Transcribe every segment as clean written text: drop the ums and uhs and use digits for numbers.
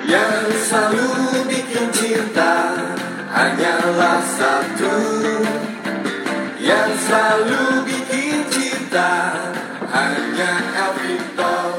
yang selalu bikin cinta hanyalah satu, yang selalu bikin cinta hanya El Victor.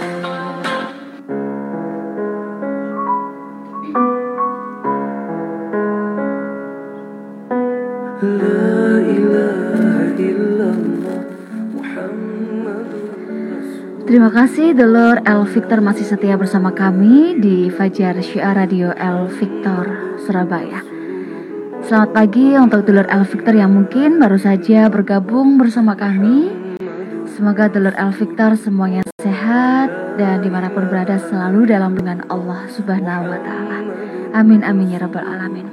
La ilaha illallah Muhammadur Rasul. Terima kasih Dulur El Victor masih setia bersama kami di Fajar Syiar Radio El Victor Surabaya. Selamat pagi untuk Dulur El Victor yang mungkin baru saja bergabung bersama kami. Semoga Dulur El Victor semuanya sehat dan dimanapun berada selalu dalam lindungan Allah Subhanahu wa Ta'ala. Amin amin ya rabbal alamin.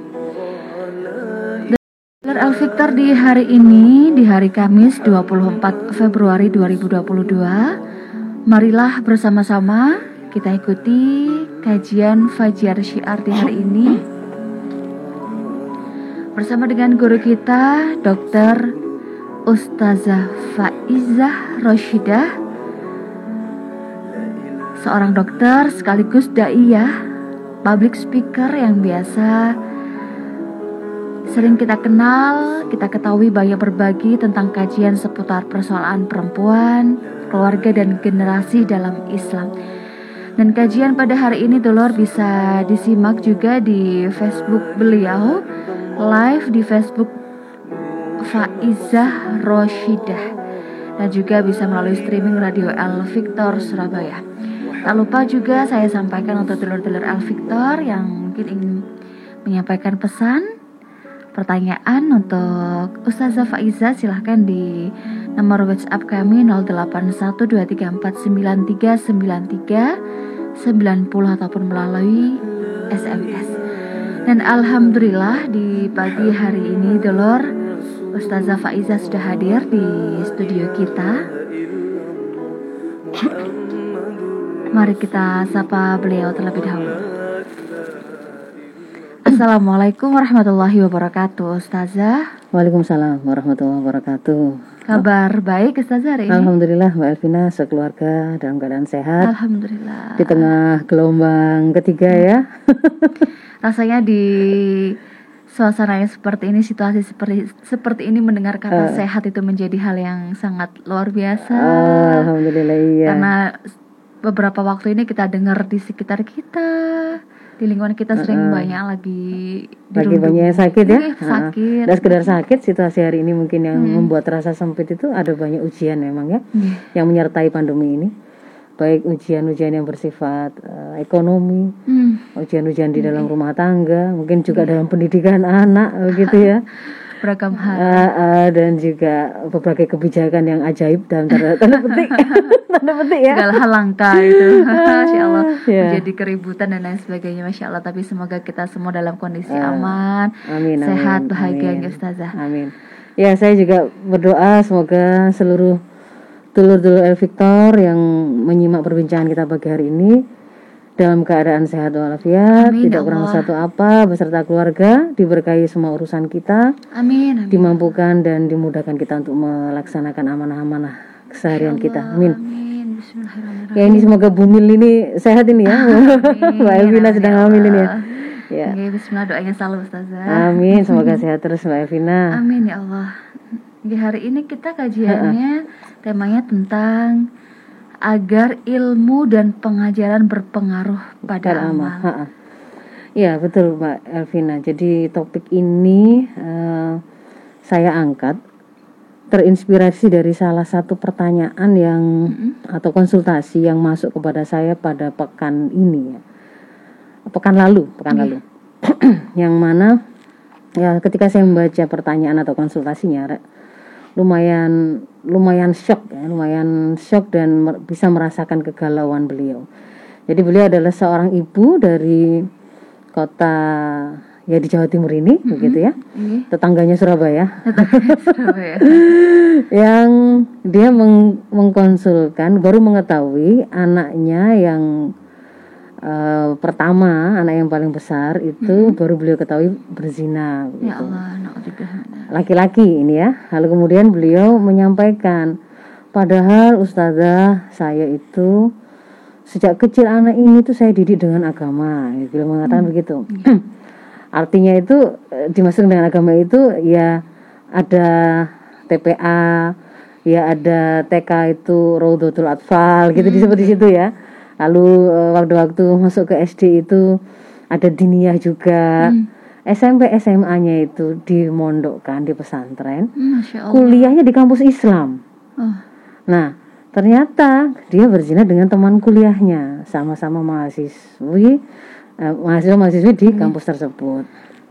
Dulur El Victor di hari ini, di hari Kamis 24 Februari 2022, marilah bersama-sama kita ikuti kajian Fajar Syiar di hari ini bersama dengan guru kita Dr. Ustazah Faizah Roshidah, seorang dokter sekaligus daiyah, public speaker yang biasa sering kita kenal, kita ketahui banyak berbagi tentang kajian seputar persoalan perempuan, keluarga dan generasi dalam Islam. Dan kajian pada hari ini Dulur bisa disimak juga di Facebook beliau, live di Facebook Faizah Roshidah, dan juga bisa melalui streaming Radio El Victor Surabaya. Tak lupa juga saya sampaikan untuk dulur-dulur El Victor yang mungkin ingin menyampaikan pesan, pertanyaan untuk Ustazah Faizah, silahkan di nomor WhatsApp kami 081234939390 ataupun melalui SMS. Dan alhamdulillah di pagi hari ini Dulur, Ustazah Faizah sudah hadir di studio kita. Mari kita sapa beliau terlebih dahulu. Assalamualaikum warahmatullahi wabarakatuh, Ustazah. Waalaikumsalam warahmatullahi wabarakatuh. Kabar baik Ustazah hari ini? Alhamdulillah Mbak Elvina, sekeluarga dalam keadaan sehat. Alhamdulillah. Di tengah gelombang ketiga ya. Rasanya di suasana yang seperti ini, situasi seperti ini, mendengar kata sehat itu menjadi hal yang sangat luar biasa. Alhamdulillah iya. Karena beberapa waktu ini kita dengar di sekitar kita, di lingkungan kita sering banyak lagi banyak yang sakit ya. Sakit. Dan sekedar sakit, situasi hari ini mungkin yang membuat rasa sempit itu ada banyak ujian memang ya, yang menyertai pandemi ini. Baik ujian-ujian yang bersifat ekonomi, ujian-ujian di dalam rumah tangga, mungkin juga dalam pendidikan anak begitu ya. Beragam hal. Dan juga berbagai kebijakan yang ajaib dalam tanda petik. Tanda petik ya. Segala hal langka itu. Masya Allah, menjadi keributan dan lain sebagainya. Masya Allah, tapi semoga kita semua dalam kondisi aman, amin, sehat, amin, bahagia amin. ya Ustazah. Amin. Ya, saya juga berdoa semoga seluruh dulur-dulur El Victor yang menyimak perbincangan kita pagi hari ini dalam keadaan sehat walafiat, tidak kurang satu apa, beserta keluarga, diberkahi semua urusan kita, amin. Dimampukan dan dimudahkan kita untuk melaksanakan amanah-amanah keseharian kita, amin. Ya, ini semoga Bumil ini sehat ini ya. Mbak Elvina sedang hamil ini ya. Ya. Bismillah, doanya selalu Ustazah. Amin, semoga sehat terus Mbak Elvina. Amin ya Allah. Di hari ini kita kajiannya temanya tentang agar ilmu dan pengajaran berpengaruh pada amal. Ya betul Mbak Elvina. Jadi topik ini saya angkat terinspirasi dari salah satu pertanyaan yang atau konsultasi yang masuk kepada saya pada pekan ini ya. Pekan lalu. Yang mana ya ketika saya membaca pertanyaan atau konsultasinya lumayan shock dan bisa merasakan kegalauan beliau. Jadi beliau adalah seorang ibu dari kota ya di Jawa Timur ini, begitu ya. Tetangganya Surabaya. Yang dia mengkonsulkan, baru mengetahui anaknya yang pertama, anak yang paling besar itu baru beliau ketahui berzina. Ya Allah, laki-laki ini ya. Lalu kemudian beliau menyampaikan, padahal Ustazah saya itu sejak kecil anak ini tuh saya didik dengan agama, beliau mengatakan begitu. Artinya itu dimasukkan dengan agama itu ya ada TPA, ya ada TK itu Raudhatul Atfal gitu disebut di situ ya. Lalu waktu masuk ke SD itu ada diniyah juga. SMP SMA-nya itu dimondokkan di pesantren. Masya Allah. Kuliahnya di kampus Islam. Nah, ternyata dia berzina dengan teman kuliahnya, sama-sama mahasiswa-mahasiswi di kampus tersebut.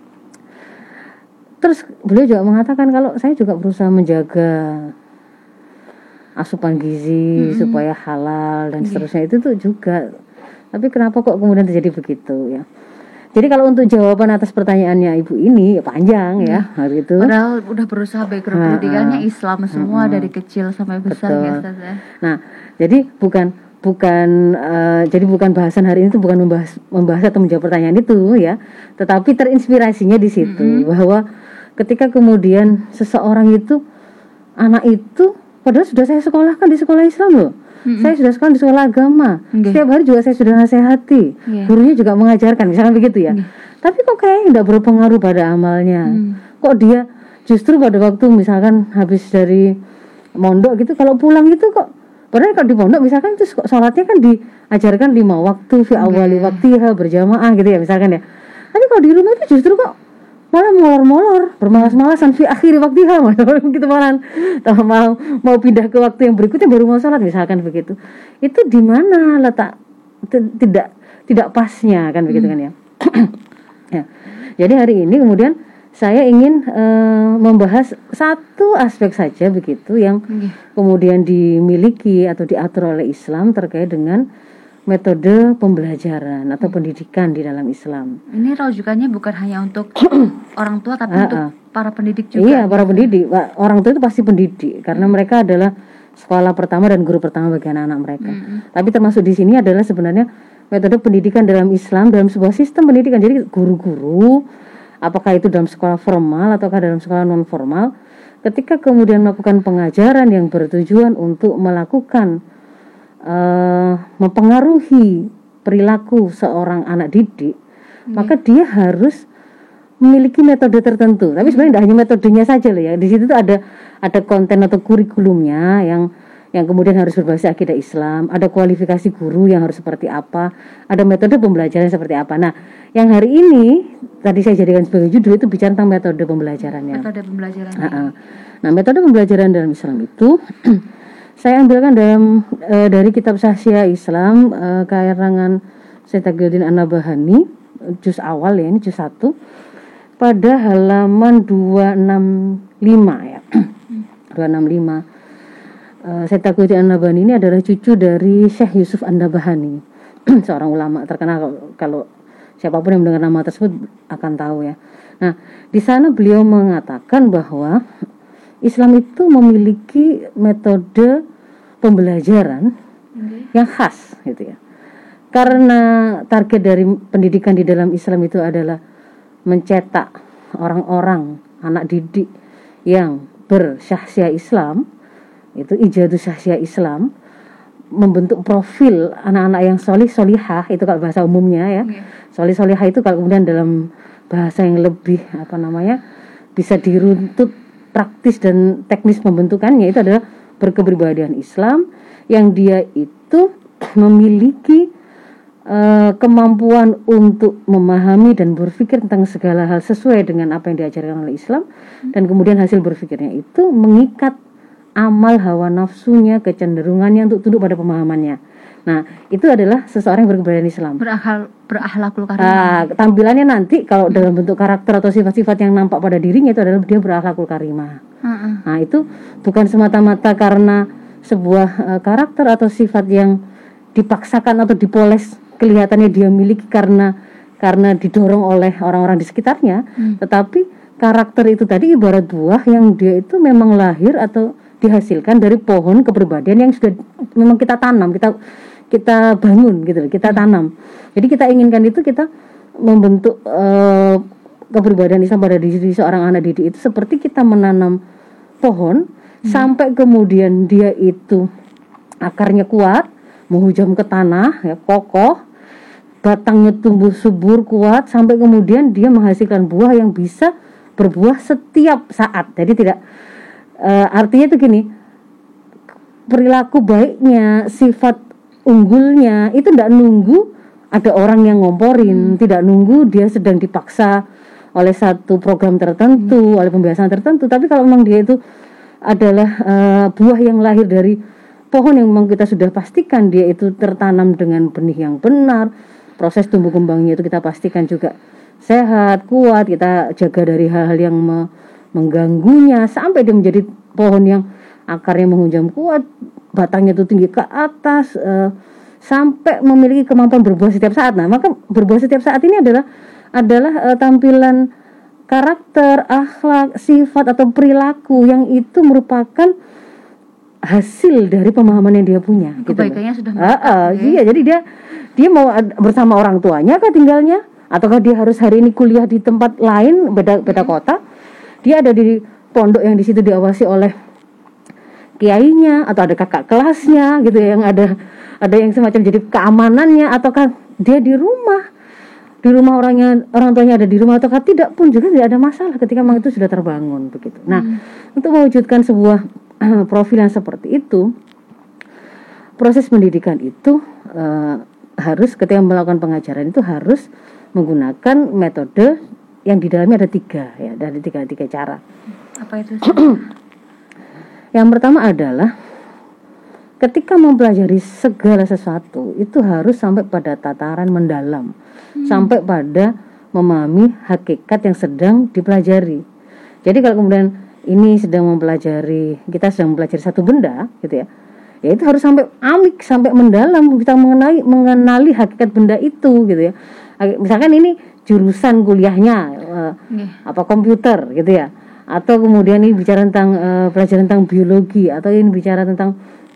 Terus beliau juga mengatakan kalau saya juga berusaha menjaga asupan gizi supaya halal dan seterusnya, itu tuh juga. Tapi kenapa kok kemudian terjadi begitu ya? Jadi kalau untuk jawaban atas pertanyaannya ibu ini ya panjang ya, hari itu. Padahal udah berusaha background pendidikannya Islam semua dari kecil sampai besar ya Ustaz ya. Nah, jadi bukan bahasan hari ini itu bukan membahas atau menjawab pertanyaan itu ya, tetapi terinspirasinya di situ bahwa ketika kemudian seseorang itu, anak itu padahal sudah saya sekolahkan di sekolah Islam loh. Saya sudah sekolah di sekolah agama. Setiap hari juga saya sudah nasihati. Gurunya juga mengajarkan, misalkan begitu ya. Tapi kok kayaknya tidak berpengaruh pada amalnya. Kok dia justru pada waktu misalkan habis dari mondok gitu, kalau pulang gitu kok, padahal kalau di pondok misalkan itu sholatnya kan diajarkan 5 waktu, fi awali waktiha, berjamaah gitu ya misalkan ya. Tapi kalau di rumah itu justru kok malah molor-molor, bermalas-malasan fi akhiri waktiha, gitu malah mau pindah ke waktu yang berikutnya baru mau sholat misalkan begitu. Itu di mana letak tidak pasnya kan begitu kan ya. Ya. Jadi hari ini kemudian saya ingin membahas satu aspek saja begitu yang kemudian dimiliki atau diatur oleh Islam terkait dengan metode pembelajaran atau pendidikan di dalam Islam. Ini rujukannya bukan hanya untuk orang tua tapi untuk para pendidik juga. Iya, para pendidik. Orang tua itu pasti pendidik karena mereka adalah sekolah pertama dan guru pertama bagi anak-anak mereka. Tapi termasuk di sini adalah sebenarnya metode pendidikan dalam Islam dalam sebuah sistem pendidikan. Jadi guru-guru, apakah itu dalam sekolah formal ataukah dalam sekolah non formal, ketika kemudian melakukan pengajaran yang bertujuan untuk melakukan mempengaruhi perilaku seorang anak didik, maka dia harus memiliki metode tertentu. Tapi sebenarnya tidak hanya metodenya saja loh ya. Di situ tuh ada konten atau kurikulumnya yang kemudian harus berbasis akidah Islam, ada kualifikasi guru yang harus seperti apa, ada metode pembelajaran seperti apa. Nah, yang hari ini tadi saya jadikan sebagai judul itu bicara tentang metode pembelajarannya. Metode pembelajaran. Nah, metode pembelajaran dalam Islam itu saya ambilkan dari kitab Sahsia Islam karangan Syekh Taqiyuddin An-Nabhani, juz awal ya, ini juz 1 pada halaman 265 ya. 265. Syekh Taqiyuddin An-Nabhani ini adalah cucu dari Syekh Yusuf An-Nabhani, seorang ulama terkenal, kalau siapapun yang mendengar nama tersebut akan tahu ya. Nah, di sana beliau mengatakan bahwa Islam itu memiliki metode pembelajaran yang khas gitu ya. Karena target dari pendidikan di dalam Islam itu adalah mencetak orang-orang anak didik yang bersyahsiah Islam, itu ijadus syahsiah Islam, membentuk profil anak-anak yang solih solihah, itu kalau bahasa umumnya ya. Solih solihah itu kalau kemudian dalam bahasa yang lebih bisa diruntut praktis dan teknis pembentukannya itu adalah berkepribadian Islam yang dia itu memiliki kemampuan untuk memahami dan berpikir tentang segala hal sesuai dengan apa yang diajarkan oleh Islam, dan kemudian hasil berpikirnya itu mengikat amal hawa nafsunya, kecenderungannya untuk tunduk pada pemahamannya. Nah, itu adalah seseorang yang berkepribadian Islam. Berakhlakul karimah. Tampilannya nanti kalau dalam bentuk karakter atau sifat-sifat yang nampak pada dirinya itu adalah dia berakhlakul karimah. Nah, itu bukan semata-mata karena sebuah karakter atau sifat yang dipaksakan atau dipoles kelihatannya dia miliki karena didorong oleh orang-orang di sekitarnya, tetapi karakter itu tadi ibarat buah yang dia itu memang lahir atau dihasilkan dari pohon kepribadian yang sudah memang kita tanam, kita bangun gitu, kita tanam. Jadi kita inginkan itu, kita membentuk kepribadian Islam pada diri seorang anak didik itu seperti kita menanam pohon sampai kemudian dia itu akarnya kuat, menghujam ke tanah, ya, kokoh, batangnya tumbuh subur kuat sampai kemudian dia menghasilkan buah yang bisa berbuah setiap saat. Jadi tidak artinya itu gini, perilaku baiknya, sifat unggulnya itu tidak nunggu ada orang yang ngomporin, tidak nunggu dia sedang dipaksa oleh satu program tertentu, oleh pembiasaan tertentu. Tapi kalau memang dia itu adalah buah yang lahir dari pohon yang memang kita sudah pastikan dia itu tertanam dengan benih yang benar, proses tumbuh kembangnya itu kita pastikan juga sehat, kuat, kita jaga dari hal-hal yang mengganggunya sampai dia menjadi pohon yang akarnya menghujam kuat, batangnya itu tinggi ke atas, sampai memiliki kemampuan berbuah setiap saat. Nah, maka berbuah setiap saat ini adalah tampilan karakter, akhlak, sifat atau perilaku yang itu merupakan hasil dari pemahaman yang dia punya. Kebaikannya gitu. sudah Iya, jadi dia mau bersama orang tuanya kah tinggalnya, ataukah dia harus hari ini kuliah di tempat lain, beda kota. Dia ada di pondok yang di situ diawasi oleh kiainya atau ada kakak kelasnya gitu ya, yang ada yang semacam jadi keamanannya, ataukah dia di rumah orang tuanya ada di rumah ataukah tidak pun juga tidak ada masalah ketika memang itu sudah terbangun begitu. Nah, untuk mewujudkan sebuah profil yang seperti itu, proses pendidikan itu harus ketika melakukan pengajaran itu harus menggunakan metode yang di dalamnya ada 3 ya, dari tiga cara. Apa itu? Yang pertama adalah ketika mempelajari segala sesuatu itu harus sampai pada tataran mendalam, sampai pada memahami hakikat yang sedang dipelajari. Jadi kalau kemudian kita sedang mempelajari satu benda gitu ya, ya itu harus sampai amik, sampai mendalam, kita mengenali hakikat benda itu gitu ya. Misalkan ini jurusan kuliahnya komputer gitu ya, atau kemudian ini bicara tentang pelajaran tentang biologi, atau ini bicara tentang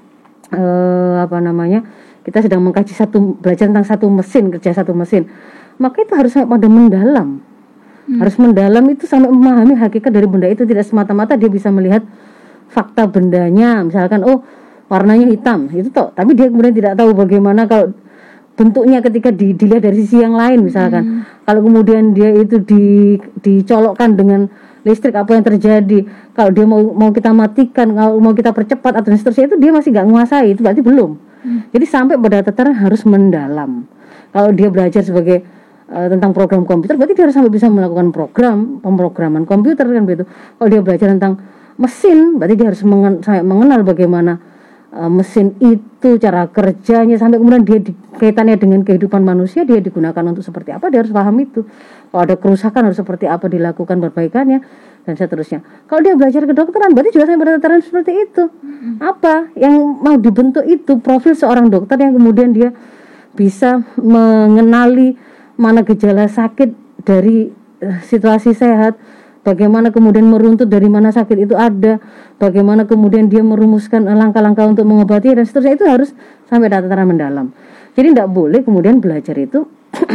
kita sedang mengkaji belajar tentang satu mesin, kerja satu mesin, maka itu harus sampai pada mendalam. Harus mendalam itu sampai memahami hakikat dari benda itu, tidak semata-mata dia bisa melihat fakta bendanya, misalkan warnanya hitam itu toh, tapi dia kemudian tidak tahu bagaimana kalau bentuknya ketika dilihat dari sisi yang lain misalkan. Kalau kemudian dia itu dicolokkan dengan listrik, apa yang terjadi? Kalau dia mau kita matikan, kalau mau kita percepat atau seterusnya, itu dia masih nggak menguasai, itu berarti belum. Jadi sampai pada tataran harus mendalam. Kalau dia belajar sebagai tentang program komputer, berarti dia harus sampai bisa melakukan pemrograman komputer kan begitu. Kalau dia belajar tentang mesin, berarti dia harus sampai mengenal bagaimana mesin itu, cara kerjanya, sampai kemudian dia kaitannya dengan kehidupan manusia, dia digunakan untuk seperti apa, dia harus paham itu. Kalau ada kerusakan harus seperti apa dilakukan perbaikannya dan seterusnya. Kalau dia belajar kedokteran, berarti juga sampai pada tataran seperti itu. Apa yang mau dibentuk itu profil seorang dokter yang kemudian dia bisa mengenali mana gejala sakit dari situasi sehat, bagaimana kemudian meruntut dari mana sakit itu ada, bagaimana kemudian dia merumuskan langkah-langkah untuk mengobati dan seterusnya, itu harus sampai tataran mendalam. Jadi tidak boleh kemudian belajar itu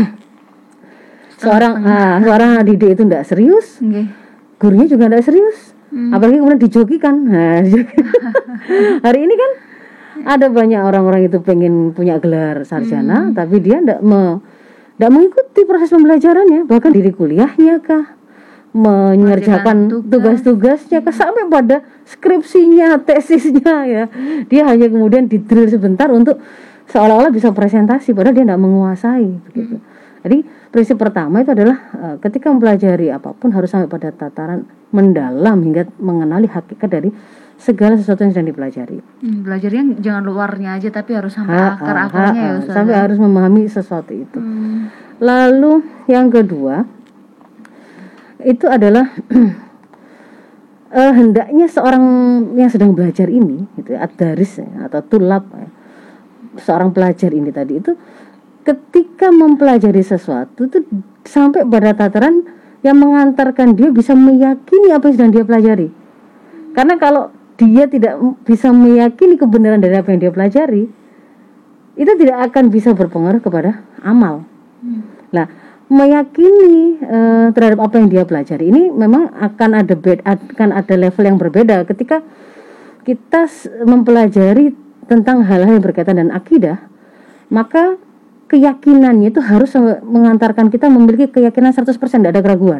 seorang didik itu tidak serius, gurunya juga tidak serius, apalagi kemudian dijokikan. Hari ini kan ada banyak orang-orang itu pengen punya gelar sarjana, tapi dia tidak mengikuti proses pembelajarannya, bahkan diri kuliahnya kah, mengerjakan tugas-tugasnya kah, sampai pada skripsinya, tesisnya ya. Dia hanya kemudian di-drill sebentar untuk seolah-olah bisa presentasi, padahal dia tidak menguasai begitu. Jadi prinsip pertama itu adalah ketika mempelajari apapun harus sampai pada tataran mendalam hingga mengenali hakikat dari segala sesuatu yang sedang dipelajari. Belajarnya jangan luarnya aja, tapi harus sampai akar-akarnya ya Ustaz. Sampai harus memahami sesuatu itu. Lalu yang kedua itu adalah hendaknya seorang yang sedang belajar ini gitu, ad-daris atau tulab, seorang pelajar ini tadi itu ketika mempelajari sesuatu itu sampai pada tataran yang mengantarkan dia bisa meyakini apa yang sedang dia pelajari. Karena kalau dia tidak bisa meyakini kebenaran dari apa yang dia pelajari, itu tidak akan bisa berpengaruh kepada amal. Nah, meyakini terhadap apa yang dia pelajari ini memang akan ada level yang berbeda ketika kita mempelajari tentang hal-hal yang berkaitan dengan akidah, maka keyakinannya itu harus mengantarkan kita memiliki keyakinan 100%, tidak ada keraguan.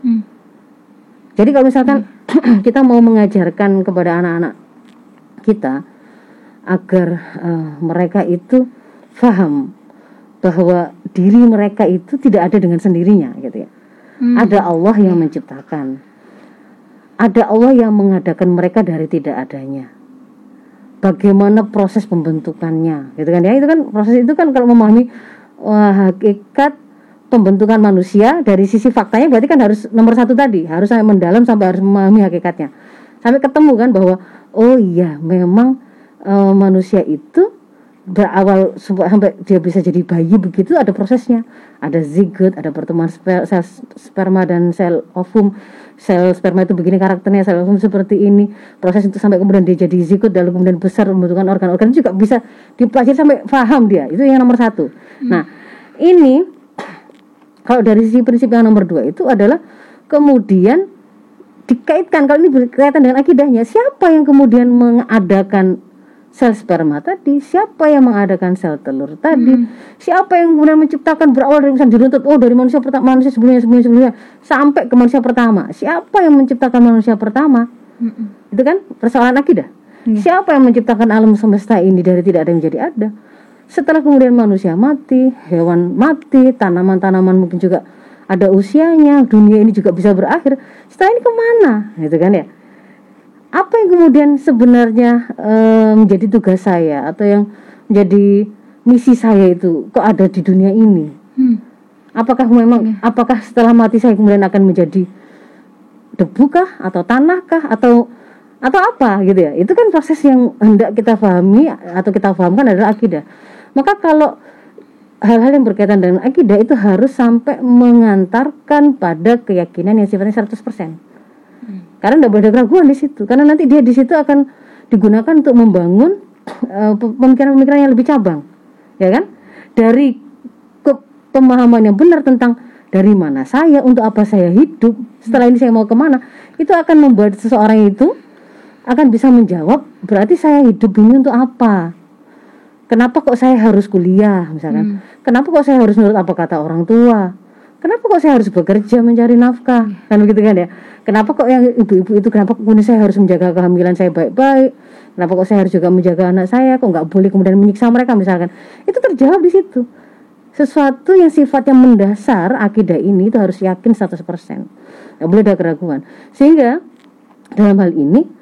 Jadi kalau misalkan kita mau mengajarkan kepada anak-anak kita agar mereka itu paham bahwa diri mereka itu tidak ada dengan sendirinya gitu ya. Ada Allah yang menciptakan. Ada Allah yang mengadakan mereka dari tidak adanya. Bagaimana proses pembentukannya gitu kan ya. Itu kan proses itu kan kalau memahami hakikat pembentukan manusia dari sisi faktanya berarti kan harus nomor 1 tadi, harus sampai mendalam sampai harus memahami hakikatnya. Sampai ketemu kan bahwa oh iya memang manusia itu berawal sampai dia bisa jadi bayi begitu ada prosesnya. Ada zigot, ada pertemuan sel sperma dan sel ovum. Sel sperma itu begini karakternya, sel ovum seperti ini. Proses itu sampai kemudian dia jadi zigot lalu kemudian besar membentukkan organ-organ juga bisa dipelajari sampai paham dia. Itu yang nomor 1. Nah, ini kalau dari sisi prinsip yang nomor 2 itu adalah kemudian dikaitkan, kalau ini berkaitan dengan akidahnya, siapa yang kemudian mengadakan sel sperma tadi, siapa yang mengadakan sel telur tadi, siapa yang kemudian menciptakan berawal dari misalnya diruntut, dari manusia pertama, manusia sebelumnya sampai ke manusia pertama, siapa yang menciptakan manusia pertama? Itu kan persoalan akidah. Siapa yang menciptakan alam semesta ini dari tidak ada yang menjadi ada? Setelah kemudian manusia mati, hewan mati, tanaman-tanaman mungkin juga ada usianya, dunia ini juga bisa berakhir. Setelah ini kemana? Gitu kan ya. Apa yang kemudian sebenarnya menjadi tugas saya atau yang menjadi misi saya itu kok ada di dunia ini? Apakah memang apakah setelah mati saya kemudian akan menjadi debukah atau tanahkah atau apa gitu ya? Itu kan proses yang hendak kita pahami atau kita pahamkan adalah akidah. Maka kalau hal-hal yang berkaitan dengan akidah itu harus sampai mengantarkan pada keyakinan yang sifatnya 100%. Karena tidak boleh ada keraguan di situ. Karena nanti dia di situ akan digunakan untuk membangun pemikiran-pemikiran yang lebih cabang, ya kan? Dari pemahaman yang benar tentang dari mana saya, untuk apa saya hidup, setelah ini saya mau kemana, itu akan membuat seseorang itu akan bisa menjawab, berarti saya hidup ini untuk apa? Kenapa kok saya harus kuliah misalkan? Kenapa kok saya harus menurut apa kata orang tua? Kenapa kok saya harus bekerja mencari nafkah? Kan begitu kan ya? Kenapa kok yang ibu-ibu itu, kenapa kemudian saya harus menjaga kehamilan saya baik-baik? Kenapa kok saya harus juga menjaga anak saya? Kok nggak boleh kemudian menyiksa mereka misalkan? Itu terjawab di situ. Sesuatu yang sifatnya mendasar akidah ini itu harus yakin 100%. Nggak boleh ada keraguan. Sehingga dalam hal ini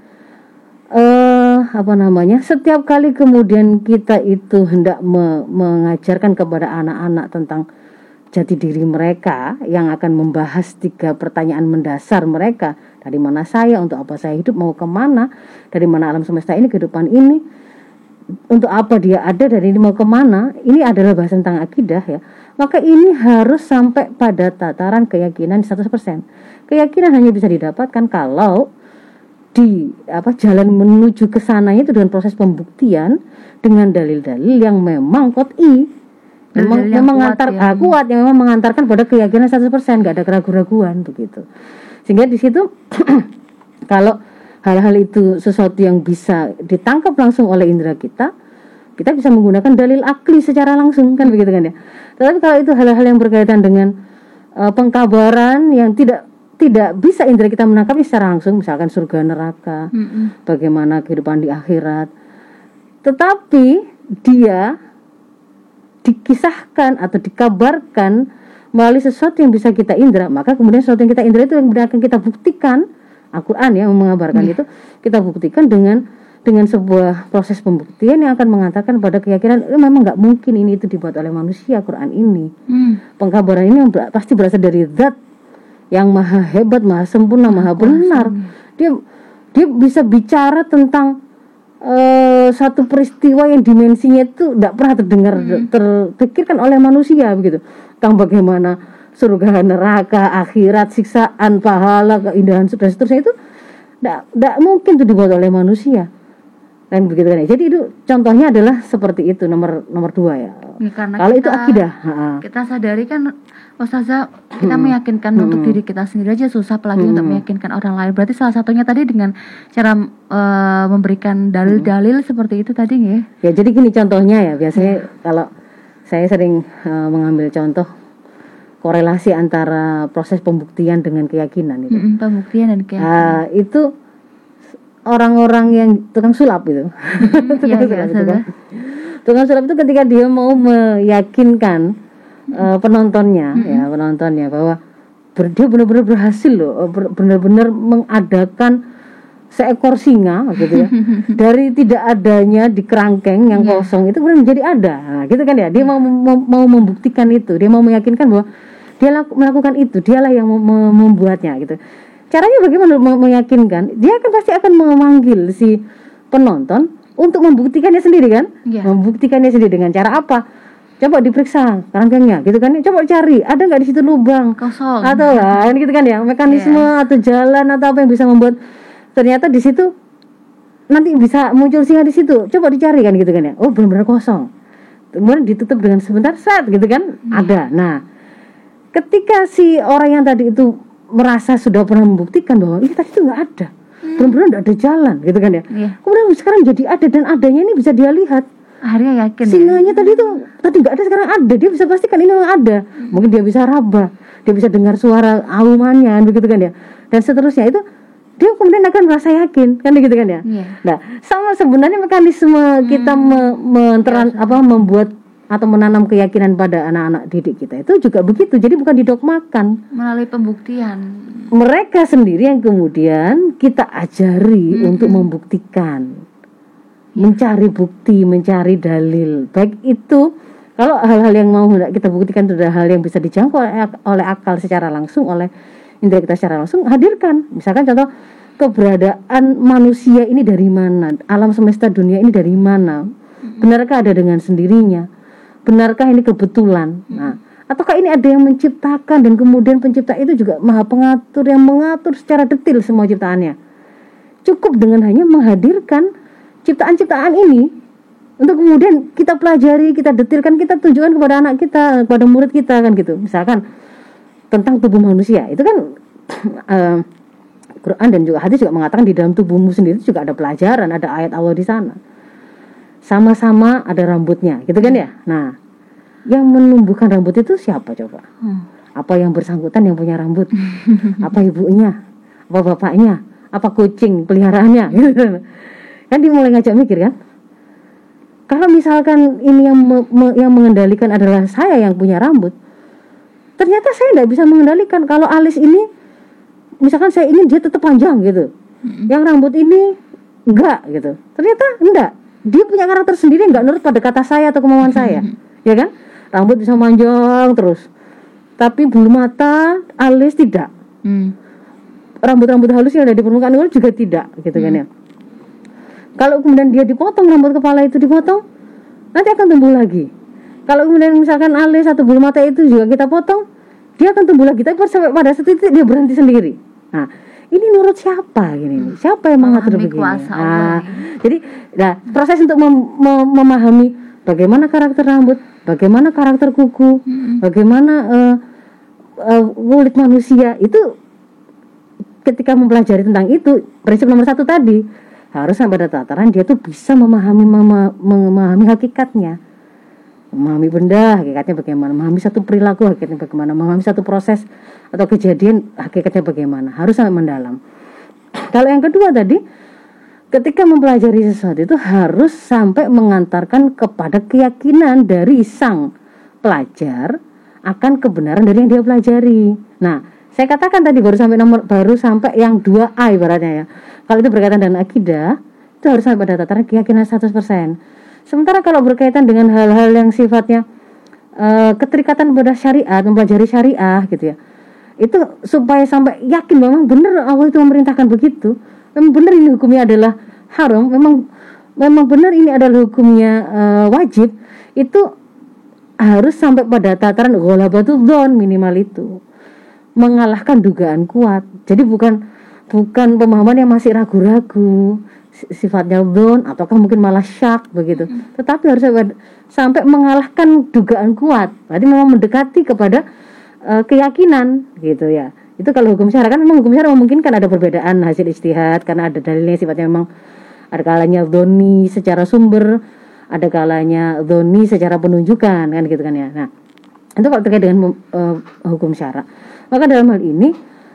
setiap kali kemudian kita itu hendak mengajarkan kepada anak-anak tentang jati diri mereka yang akan membahas 3 pertanyaan mendasar mereka, dari mana saya, untuk apa saya hidup, mau kemana, dari mana alam semesta ini, kehidupan ini, untuk apa dia ada, dari ini mau kemana, ini adalah bahas tentang akidah ya. Maka ini harus sampai pada tataran keyakinan 100%. Keyakinan hanya bisa didapatkan kalau di jalan menuju ke sananya itu dengan proses pembuktian dengan dalil-dalil yang memang qot'i, memang kuat yang memang mengantarkan pada keyakinan 100%, enggak ada keraguan-raguan begitu. Sehingga di situ kalau hal-hal itu sesuatu yang bisa ditangkap langsung oleh indera kita bisa menggunakan dalil akli secara langsung kan begitu kan ya. Tetapi kalau itu hal-hal yang berkaitan dengan pengkabaran yang tidak bisa indera kita menangkapnya secara langsung, misalkan surga neraka, bagaimana kehidupan di akhirat, tetapi dia dikisahkan atau dikabarkan melalui sesuatu yang bisa kita indera, maka kemudian sesuatu yang kita indera itu yang kemudian akan kita buktikan. Al-Quran yang mengabarkan itu kita buktikan dengan sebuah proses pembuktian yang akan mengatakan pada keyakinan memang nggak mungkin ini itu dibuat oleh manusia. Quran ini pengkabaran ini pasti berasal dari zat yang maha hebat, maha sempurna, maha benar. Dia bisa bicara tentang satu peristiwa yang dimensinya itu tidak pernah terpikirkan oleh manusia begitu. Tentang bagaimana surga, neraka, akhirat, siksaan, pahala, keindahan, dan seterusnya itu tidak mungkin itu dibuat oleh manusia. Dan begitu kan. Jadi itu contohnya adalah seperti itu nomor 2 ya. Karena kalau itu akidah. Kita sadari kan Ustazah Kita meyakinkan untuk diri kita sendiri aja susah, apalagi untuk meyakinkan orang lain. Berarti salah satunya tadi dengan cara memberikan dalil-dalil seperti itu tadi ya. Ya jadi gini contohnya ya, biasanya kalau saya sering mengambil contoh korelasi antara proses pembuktian dengan keyakinan itu. Pembuktian dan keyakinan. Itu orang-orang yang tukang sulap itu. Tukang sulap itu ketika dia mau meyakinkan penontonnya bahwa dia benar-benar berhasil loh, benar-benar mengadakan seekor singa gitu ya. Dari tidak adanya di kerangkeng yang kosong itu kemudian menjadi ada. Nah, gitu kan ya. Dia mau membuktikan itu, dia mau meyakinkan bahwa dia melakukan itu, dialah yang membuatnya gitu. Caranya bagaimana meyakinkan? Dia kan pasti akan memanggil si penonton untuk membuktikannya sendiri kan? Membuktikannya sendiri dengan cara apa? Coba diperiksa kerangkengnya gitu kan, coba cari ada nggak di situ lubang kosong atau lain gitu kan ya, mekanisme atau jalan atau apa yang bisa membuat ternyata di situ nanti bisa muncul singa di situ, coba dicari kan gitu kan ya. Oh benar-benar kosong, kemudian ditutup dengan sebentar set gitu kan ada. Nah ketika si orang yang tadi itu merasa sudah pernah membuktikan bahwa ini tadi itu nggak ada, benar-benar nggak ada jalan gitu kan ya, kemudian sekarang jadi ada dan adanya ini bisa dia lihat. Akhirnya yakin singanya tadi nggak ada, sekarang ada, dia bisa pastikan ini memang ada. Mungkin dia bisa raba, dia bisa dengar suara aumannya begitu kan ya, dan seterusnya itu dia kemudian akan merasa yakin kan gitu kan ya. Nah sama sebenarnya mekanisme kita membuat atau menanam keyakinan pada anak-anak didik kita itu juga begitu. Jadi bukan didogmakan, melalui pembuktian mereka sendiri yang kemudian kita ajari untuk membuktikan, mencari bukti, mencari dalil. Baik itu kalau hal-hal yang mau kita buktikan itu adalah hal yang bisa dijangkau oleh akal secara langsung, oleh indera kita secara langsung, hadirkan. Misalkan contoh keberadaan manusia ini dari mana, alam semesta dunia ini dari mana, benarkah ada dengan sendirinya, benarkah ini kebetulan. Nah, ataukah ini ada yang menciptakan dan kemudian pencipta itu juga maha pengatur yang mengatur secara detail semua ciptaannya. Cukup dengan hanya menghadirkan ciptaan-ciptaan ini untuk kemudian kita pelajari, kita detilkan, kita tunjukkan kepada anak kita, kepada murid kita kan gitu. Misalkan tentang tubuh manusia, itu kan Quran dan juga hadis juga mengatakan di dalam tubuhmu sendiri juga ada pelajaran, ada ayat Allah di sana. Sama-sama ada rambutnya, gitu kan ya. Nah, yang menumbuhkan rambut itu siapa coba? Apa yang bersangkutan yang punya rambut? Apa ibunya? Apa bapaknya? Apa kucing peliharaannya? Kan dia mulai ngajak mikir kan. Kalau misalkan ini yang mengendalikan adalah saya yang punya rambut, ternyata saya tidak bisa mengendalikan. Kalau alis ini misalkan saya ingin dia tetap panjang gitu, yang rambut ini enggak gitu, ternyata enggak, dia punya karakter sendiri, enggak nurut pada kata saya atau kemauan saya, ya kan. Rambut bisa panjang terus, tapi bulu mata, alis tidak. Rambut-rambut halus yang ada di permukaan kulit juga tidak, gitu kan ya. Kalau kemudian dia dipotong, rambut kepala itu dipotong, nanti akan tumbuh lagi. Kalau kemudian misalkan alis atau bulu mata itu juga kita potong, dia akan tumbuh lagi. Tapi sampai pada titik dia berhenti sendiri. Nah, ini nurut siapa gini? Siapa yang mengatur begini? Jadi, proses untuk memahami bagaimana karakter rambut, bagaimana karakter kuku, bagaimana kulit manusia itu, ketika mempelajari tentang itu, prinsip nomor 1 tadi. Harus sampai pada tataran dia tuh bisa memahami hakikatnya, memahami benda hakikatnya bagaimana, memahami satu perilaku hakikatnya bagaimana, memahami satu proses atau kejadian hakikatnya bagaimana, harus sampai mendalam. Kalau yang kedua tadi, ketika mempelajari sesuatu itu harus sampai mengantarkan kepada keyakinan dari sang pelajar akan kebenaran dari yang dia pelajari. Nah, saya katakan tadi baru sampai yang 2A ibaratnya ya. Kalau itu berkaitan dengan akidah, itu harus sampai pada tataran keyakinan 100%. Sementara kalau berkaitan dengan hal-hal yang sifatnya keterikatan pada syariat, mempelajari syariah gitu ya, itu supaya sampai yakin memang benar Allah itu memerintahkan begitu, memang benar ini hukumnya adalah haram, memang benar ini adalah hukumnya wajib, itu harus sampai pada tataran ghalabatul dzan, minimal itu mengalahkan dugaan kuat. Jadi bukan pemahaman yang masih ragu-ragu, sifatnya dzan ataukah mungkin malah syak begitu. Tetapi harus sampai mengalahkan dugaan kuat. Berarti memang mendekati kepada keyakinan gitu ya. Itu kalau hukum syara kan memang hukum syara memungkinkan ada perbedaan hasil ijtihad karena ada dalilnya sifatnya memang ada kalanya dzonni secara sumber, ada kalanya dzonni secara penunjukan kan gitu kan ya. Nah, itu kalau terkait dengan hukum syara. Maka dalam hal ini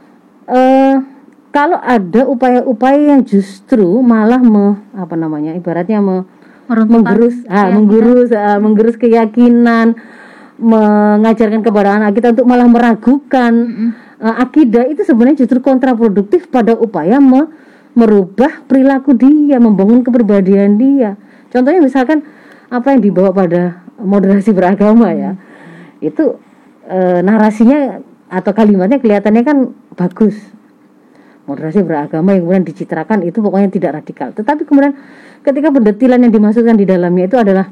kalau ada upaya-upaya yang justru malah ibaratnya menggerus keyakinan, mengajarkan kepada anak kita untuk malah meragukan akidah, itu sebenarnya justru kontraproduktif pada upaya merubah perilaku dia, membangun kepribadian dia. Contohnya misalkan apa yang dibawa pada moderasi beragama ya, itu narasinya atau kalimatnya kelihatannya kan bagus, moderasi beragama yang kemudian dicitrakan itu pokoknya tidak radikal. Tetapi kemudian ketika pendetilan yang dimaksudkan di dalamnya itu adalah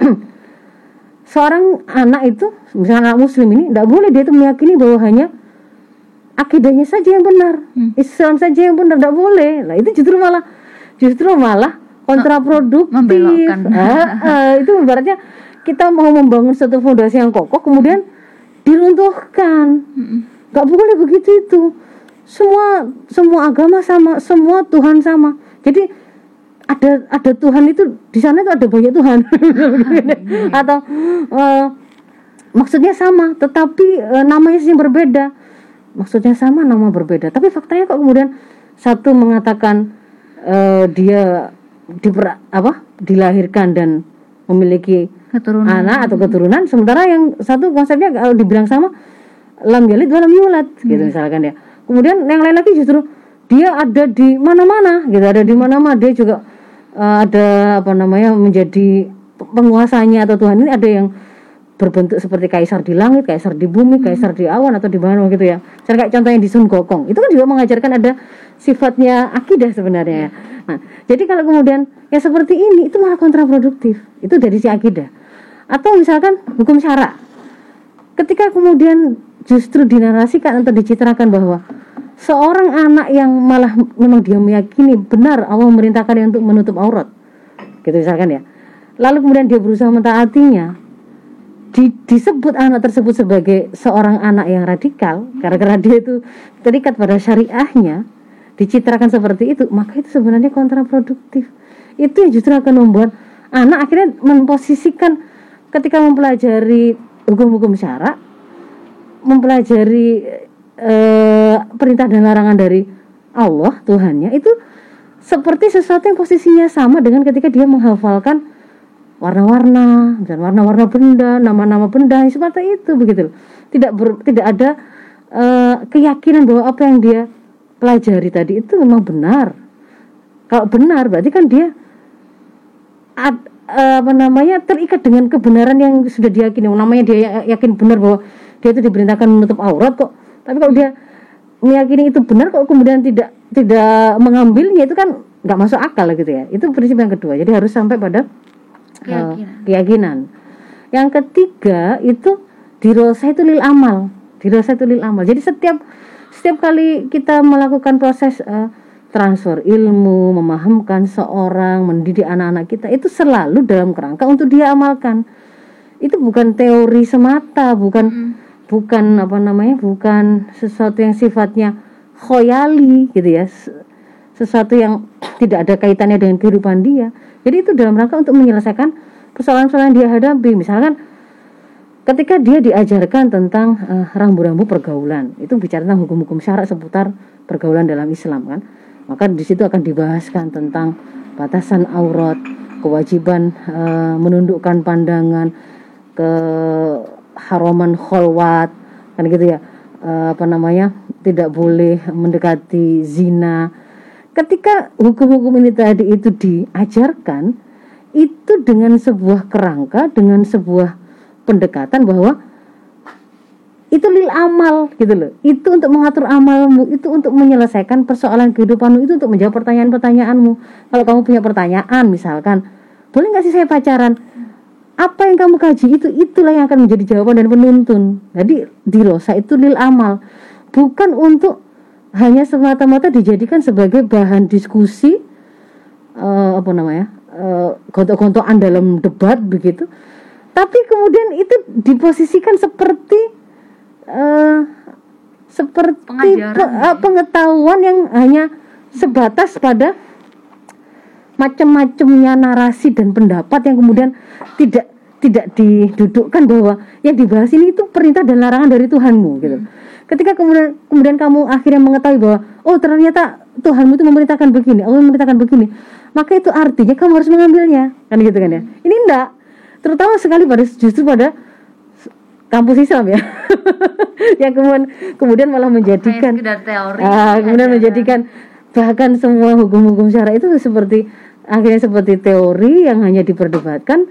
seorang anak itu, misalnya anak muslim ini, tidak boleh dia itu meyakini bahwa hanya akidahnya saja yang benar, Islam saja yang benar, tidak boleh. Nah itu justru malah kontraproduktif, membelokkan. Itu ibaratnya kita mau membangun satu fondasi yang kokoh kemudian diruntuhkan. Nggak boleh begitu itu. Semua agama sama, semua Tuhan sama. Jadi ada Tuhan itu di sana itu ada banyak Tuhan atau maksudnya sama tetapi namanya sih berbeda. Maksudnya sama, nama berbeda. Tapi faktanya kok kemudian satu mengatakan dia dilahirkan dan memiliki anak atau keturunan, sementara yang satu konsepnya kalau dibilang sama, lam yalid wa lam yulad gitu misalkan ya. Kemudian yang lain lagi justru dia ada di mana-mana gitu, ada di mana-mana dia juga ada menjadi penguasanya atau Tuhan ini ada yang berbentuk seperti kaisar di langit, kaisar di bumi, kaisar di awan atau di mana gitu ya. Misalnya kayak contohnya di Sun Gokong, itu kan juga mengajarkan ada sifatnya akidah sebenarnya ya. Nah, jadi kalau kemudian ya seperti ini itu malah kontraproduktif. Itu dari si akidah. Atau misalkan hukum syara. Ketika kemudian justru dinarasikan atau dicitrakan bahwa seorang anak yang malah memang dia meyakini benar Allah memerintahkan dia untuk menutup aurat. Gitu misalkan ya. Lalu kemudian dia berusaha mentaatinya. Disebut anak tersebut sebagai seorang anak yang radikal karena dia itu terikat pada syariahnya, dicitrakan seperti itu, maka itu sebenarnya kontraproduktif. Itu yang justru akan membuat anak akhirnya memposisikan ketika mempelajari hukum-hukum syara, mempelajari perintah dan larangan dari Allah Tuhannya, itu seperti sesuatu yang posisinya sama dengan ketika dia menghafalkan warna-warna dan warna-warna benda, nama-nama benda seperti itu begitu. Tidak ada keyakinan bahwa apa yang dia pelajari tadi itu memang benar. Kalau benar berarti kan dia terikat dengan kebenaran yang sudah diyakini. Namanya dia yakin benar bahwa dia itu diperintahkan menutup aurat kok. Tapi kalau dia meyakini itu benar kok kemudian tidak mengambilnya, itu kan nggak masuk akal gitu ya. Itu prinsip yang kedua. Jadi harus sampai pada keyakinan. Yang ketiga itu dirasa itu lil amal. Jadi setiap kali kita melakukan proses transfer ilmu, memahamkan seorang, mendidik anak-anak kita, itu selalu dalam kerangka untuk dia amalkan. Itu bukan teori semata, bukan sesuatu yang sifatnya khoyali gitu ya. Sesuatu yang tidak ada kaitannya dengan kehidupan dia. Jadi itu dalam rangka untuk menyelesaikan persoalan-persoalan yang dia hadapi. Misalkan ketika dia diajarkan tentang rambu-rambu pergaulan, itu bicara tentang hukum-hukum syarak seputar pergaulan dalam Islam kan. Maka di situ akan dibahaskan tentang batasan aurat, kewajiban menundukkan pandangan, keharaman kholwat kan gitu ya. Tidak boleh mendekati zina. Ketika hukum-hukum ini tadi itu diajarkan, itu dengan sebuah kerangka, dengan sebuah pendekatan bahwa itu lil amal gitu loh. Itu untuk mengatur amalmu, itu untuk menyelesaikan persoalan kehidupanmu, itu untuk menjawab pertanyaan-pertanyaanmu. Kalau kamu punya pertanyaan misalkan, boleh gak sih saya pacaran? Apa yang kamu kaji itulah yang akan menjadi jawaban dan penuntun. Jadi dirasa itu lil amal, bukan untuk hanya semata-mata dijadikan sebagai bahan diskusi gontok-gontokan dalam debat begitu. Tapi kemudian itu diposisikan seperti seperti Pengajaran. pengetahuan yang hanya sebatas pada macam-macamnya narasi dan pendapat yang kemudian tidak didudukkan bahwa yang dibahas ini itu perintah dan larangan dari Tuhanmu gitu. Ketika kemudian kamu akhirnya mengetahui bahwa oh ternyata Tuhanmu itu memerintahkan begini, Allah memerintahkan begini, maka itu artinya kamu harus mengambilnya, kan gitu kan ya. Ini enggak, terutama sekali justru pada kampus Islam ya, yang kemudian malah menjadikan teori, kemudian menjadikan bahkan semua hukum-hukum syara itu akhirnya seperti teori yang hanya diperdebatkan,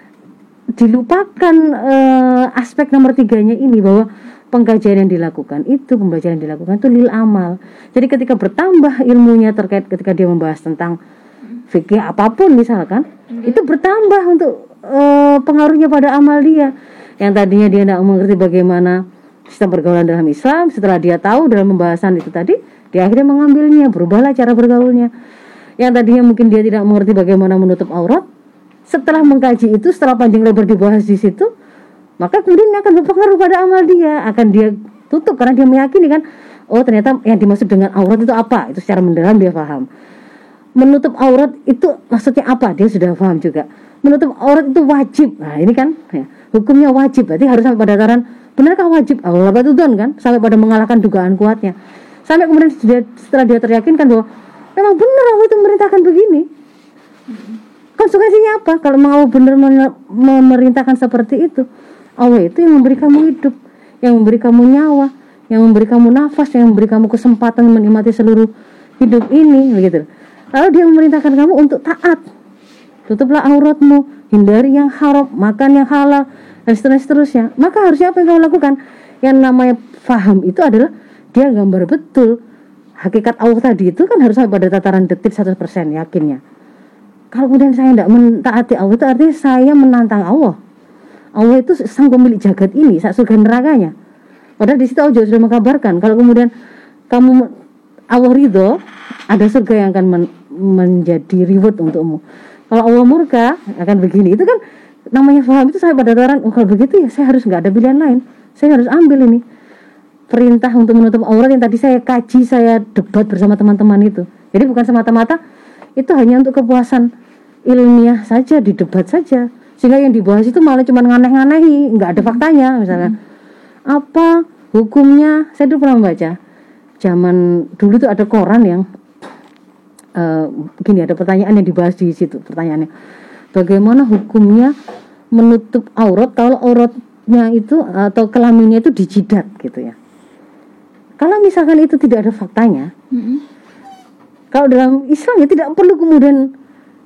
dilupakan aspek nomor 3-nya ini, bahwa pembelajaran yang dilakukan itu lil amal. Jadi ketika bertambah ilmunya terkait ketika dia membahas tentang fikih apapun misalkan, itu bertambah untuk pengaruhnya pada amal dia. Yang tadinya dia tidak mengerti bagaimana sistem pergaulan dalam Islam, setelah dia tahu dalam pembahasan itu tadi, dia akhirnya mengambilnya, berubahlah cara bergaulnya. Yang tadinya mungkin dia tidak mengerti bagaimana menutup aurat, setelah mengkaji itu, setelah panjang lebar dibahas di situ, maka kemudian akan berpengaruh pada amal dia, akan dia tutup karena dia meyakini kan, oh ternyata yang dimaksud dengan aurat itu apa, itu secara mendalam dia paham. Menutup aurat itu maksudnya apa, dia sudah paham juga. Menutup aurat itu wajib, nah ini kan ya, hukumnya wajib, berarti harus sampai pada tataran benarkah wajib, Allah itu kan, sampai pada mengalahkan dugaan kuatnya, sampai kemudian setelah dia teryakinkan bahwa memang benar Allah itu memerintahkan begini. Konsekuensinya apa? Kalau mau benar memerintahkan seperti itu, Allah itu yang memberi kamu hidup, yang memberi kamu nyawa, yang memberi kamu nafas, yang memberi kamu kesempatan menikmati seluruh hidup ini, begitu. Lalu dia memerintahkan kamu untuk taat. Tutuplah auratmu, hindari yang haram, makan yang halal, dan seterusnya. Maka harusnya apa yang kamu lakukan? Yang namanya faham itu adalah dia gambar betul hakikat Allah tadi itu kan harus sampai pada tataran detik 100% yakinnya. Kalau kemudian saya tidak mentaati Allah, itu artinya saya menantang Allah. Allah itu sang pemilik jagat ini, sak surga nerakanya. Padahal di situ Allah juga sudah mengkabarkan kalau kemudian kamu Allah ridho, ada surga yang akan menjadi reward untukmu. Kalau Allah murka akan begini. Itu kan namanya faham itu sampai pada tataran, oh kalau begitu ya saya harus nggak ada pilihan lain. Saya harus ambil ini perintah untuk menutup aurat yang tadi saya kaji, saya debat bersama teman-teman itu. Jadi bukan semata-mata itu hanya untuk kepuasan ilmiah saja, didebat saja, sehingga yang dibahas itu malah cuma nganeh-nganehi, nggak ada faktanya. Misalkan apa hukumnya, saya dulu pernah membaca zaman dulu tuh ada koran yang gini, ada pertanyaan yang dibahas di situ. Pertanyaannya, bagaimana hukumnya menutup aurat kalau auratnya itu atau kelaminnya itu dijidat gitu ya. Kalau misalkan itu tidak ada faktanya, kalau dalam Islam ya tidak perlu kemudian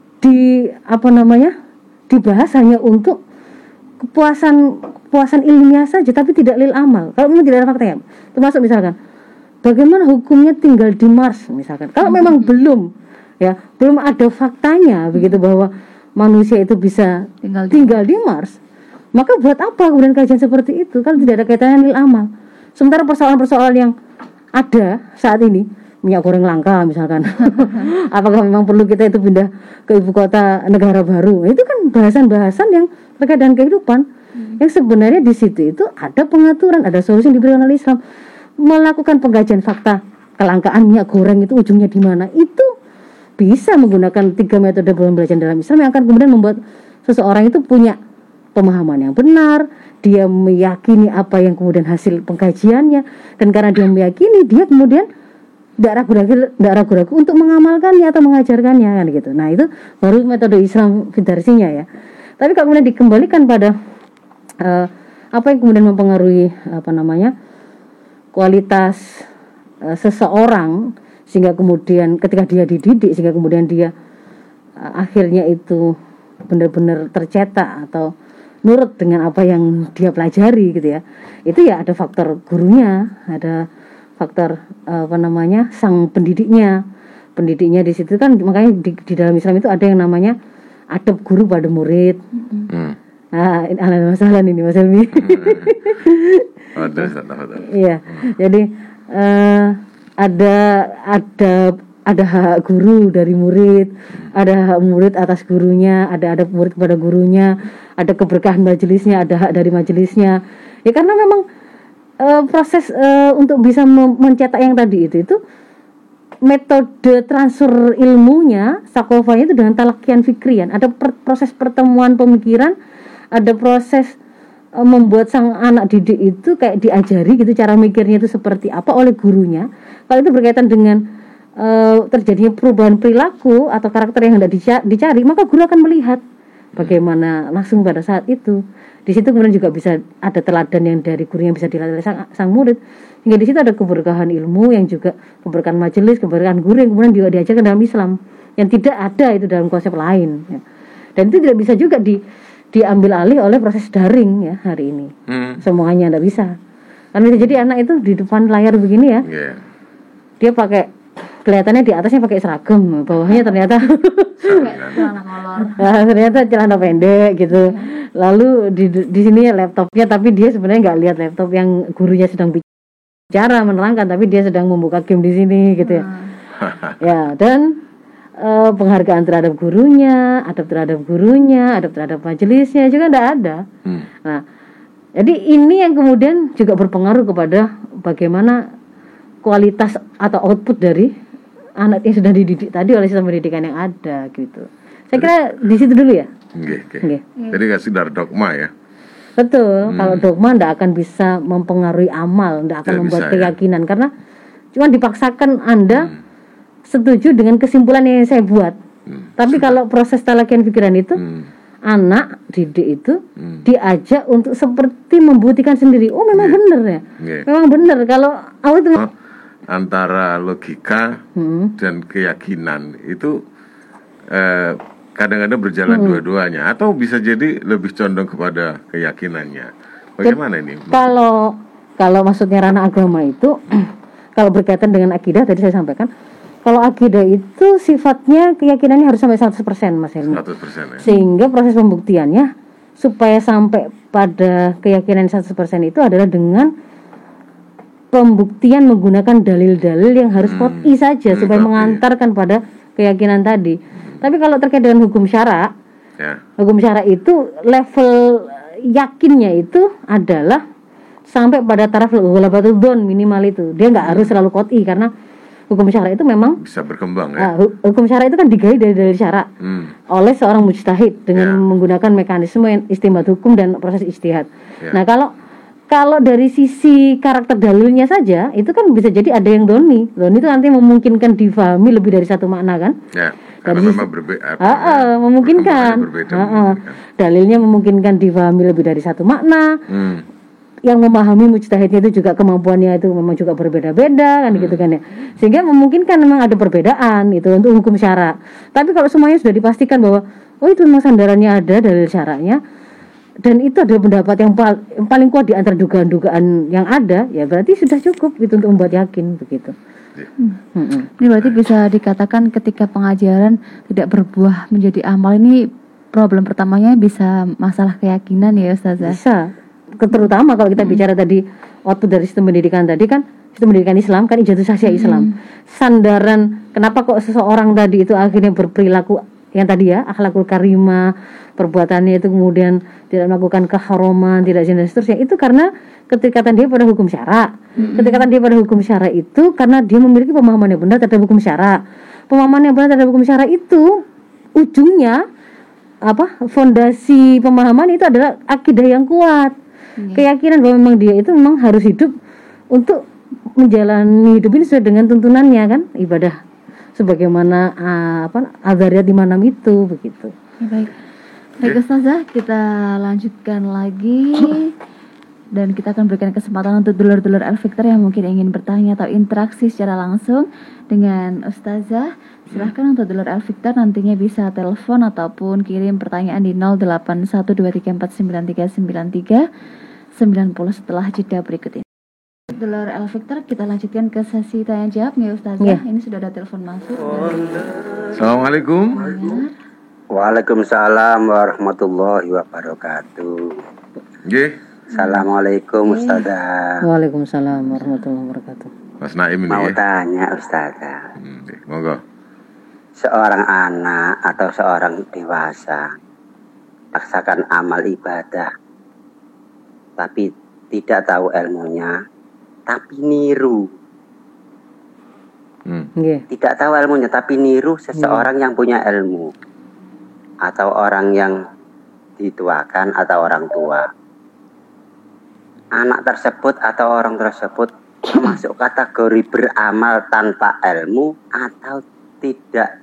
dibahas hanya untuk kepuasan ilmiah saja, tapi tidak lil amal. Kalau memang tidak ada faktanya, termasuk misalkan bagaimana hukumnya tinggal di Mars misalkan. Kalau memang belum ada faktanya begitu bahwa manusia itu bisa tinggal di Mars, maka buat apa kemudian kajian seperti itu kalau tidak ada kaitannya lil amal. Sementara persoalan-persoalan yang ada saat ini, minyak goreng langka misalkan, apakah memang perlu kita itu pindah ke ibu kota negara baru, itu kan bahasan-bahasan yang terkait dengan kehidupan, yang sebenarnya di situ itu ada pengaturan, ada solusi yang diberikan oleh Islam. Melakukan pengkajian fakta kelangkaan minyak goreng itu ujungnya di mana, itu bisa menggunakan 3 metode pembelajaran dalam Islam yang akan kemudian membuat seseorang itu punya pemahaman yang benar, dia meyakini apa yang kemudian hasil pengkajiannya, dan karena dia meyakini, dia kemudian tidak ragu-ragu untuk mengamalkannya atau mengajarkannya kan gitu. Nah itu baru metode Islam fidarsinya ya. Tapi kalau kemudian dikembalikan pada apa yang kemudian mempengaruhi kualitas seseorang, sehingga kemudian ketika dia dididik, sehingga kemudian dia akhirnya itu benar-benar tercetak atau nurut dengan apa yang dia pelajari gitu ya. Itu ya ada faktor gurunya, ada faktor sang pendidiknya di situ kan. Makanya di dalam Islam itu ada yang namanya adab guru pada murid. Nah, ini masalah ini Mas Helmi. Iya, jadi ada hak guru dari murid, ada hak murid atas gurunya, ada murid kepada gurunya, ada keberkahan majelisnya, ada hak dari majelisnya. Ya karena memang proses untuk bisa mencetak yang tadi itu metode transfer ilmunya sakofanya itu dengan talakian fikrian. Ada proses pertemuan pemikiran, ada proses membuat sang anak didik itu kayak diajari gitu cara mikirnya itu seperti apa oleh gurunya. Kalau itu berkaitan dengan terjadinya perubahan perilaku atau karakter yang hendak dicari, maka guru akan melihat bagaimana langsung pada saat itu. Di situ kemudian juga bisa ada teladan yang dari guru yang bisa dilihat oleh sang murid. Hingga di situ ada keberkahan ilmu yang juga keberkahan majelis, keberkahan guru yang kemudian juga diajarkan dalam Islam yang tidak ada itu dalam konsep lain. Ya. Dan itu tidak bisa juga diambil alih oleh proses daring ya hari ini. Semuanya tidak bisa. Kan bisa jadi anak itu di depan layar begini ya. Dia pakai kelihatannya di atasnya pakai seragam, bawahnya ternyata celana kolor. Nah, ternyata celana pendek gitu. Lalu di sini laptopnya, tapi dia sebenarnya nggak lihat laptop yang gurunya sedang bicara menerangkan, tapi dia sedang membuka game di sini gitu ya. Ya, dan penghargaan terhadap gurunya, adab terhadap majelisnya juga nggak ada. Nah, jadi ini yang kemudian juga berpengaruh kepada bagaimana kualitas atau output dari anak yang sudah dididik tadi oleh sistem pendidikan yang ada gitu. Saya kira di situ dulu ya. Okay. Jadi nggak sekedar dogma ya. Betul. Kalau dogma tidak akan bisa mempengaruhi amal, tidak akan membuat keyakinan karena cuma dipaksakan Anda setuju dengan kesimpulan yang saya buat. Tapi kalau proses talakian pikiran itu anak didik itu diajak untuk seperti membuktikan sendiri. Oh memang benar ya. Memang benar kalau awal itu antara logika dan keyakinan itu kadang-kadang berjalan dua-duanya atau bisa jadi lebih condong kepada keyakinannya. Bagaimana ini? Kalau maksudnya ranah agama itu kalau berkaitan dengan akidah tadi saya sampaikan, kalau akidah itu sifatnya keyakinannya harus sampai 100% Mas Helmi. 100% ya. Sehingga proses pembuktiannya supaya sampai pada keyakinan 100% itu adalah dengan pembuktian menggunakan dalil-dalil yang harus qot'i saja supaya mengantarkan pada keyakinan tadi. Tapi kalau terkait dengan hukum syara, hukum syara itu level yakinnya itu adalah sampai pada taraf ghalabatul dzon minimal itu. Dia nggak harus selalu qot'i karena hukum syara itu memang bisa berkembang ya. Hukum syara itu kan digali dari syara oleh seorang mujtahid dengan menggunakan mekanisme istinbat hukum dan proses ijtihad. Nah, kalau dari sisi karakter dalilnya saja itu kan bisa jadi ada yang doni itu nanti memungkinkan difahami lebih dari satu makna kan? Ya, karena memang berbeda. Memungkinkan. Dalilnya memungkinkan difahami lebih dari satu makna. Yang memahami mujtahidnya itu juga kemampuannya itu memang juga berbeda-beda kan gitu kan ya. Sehingga memungkinkan memang ada perbedaan itu untuk hukum syara. Tapi kalau semuanya sudah dipastikan bahwa itu memang sandarannya ada dalil syara'nya dan itu adalah pendapat yang paling kuat di antara dugaan-dugaan yang ada, ya berarti sudah cukup gitu untuk membuat yakin begitu. Ini berarti bisa dikatakan ketika pengajaran tidak berbuah menjadi amal, ini problem pertamanya bisa masalah keyakinan ya Ustazah? Bisa. Terutama kalau kita bicara tadi output dari sistem pendidikan tadi kan, sistem pendidikan Islam kan ijazah sahsiah Islam. Sandaran kenapa kok seseorang tadi itu akhirnya berperilaku yang tadi ya, akhlakul karimah, perbuatannya itu kemudian tidak melakukan keharaman, tidak zina dan seterusnya, itu karena keterikatan dia pada hukum syara. Keterikatan dia pada hukum syara itu karena dia memiliki pemahaman yang benar terhadap hukum syara. Pemahaman yang benar terhadap hukum syara itu ujungnya fondasi pemahaman itu adalah akidah yang kuat. Keyakinan bahwa memang dia itu memang harus hidup untuk menjalani hidup ini sesuai dengan tuntunannya kan, ibadah sebagaimana adzariyat di manam itu begitu. Baik Ustazah, kita lanjutkan lagi dan kita akan berikan kesempatan untuk dulur-dulur Al-Fiktor yang mungkin ingin bertanya atau interaksi secara langsung dengan Ustazah. Silahkan untuk dulur Al-Fiktor nantinya bisa telepon ataupun kirim pertanyaan di 081234939390 setelah jeda berikut ini. Dulur Al-Fiktor, kita lanjutkan ke sesi tanya jawab nih Ustazah. Ini sudah ada telepon masuk. Assalamualaikum. Waalaikumsalam warahmatullahi wabarakatuh. Assalamualaikum Ustazah. Waalaikumsalam warahmatullahi wabarakatuh. Mas Naim ini mau tanya Ustazah. Monggo. Seorang anak atau seorang dewasa paksakan amal ibadah, tapi tidak tahu ilmunya tapi niru. Nggih. Tidak tahu ilmunya tapi niru seseorang yang punya ilmu, atau orang yang dituakan atau orang tua. Anak tersebut atau orang tersebut masuk kategori beramal tanpa ilmu atau tidak,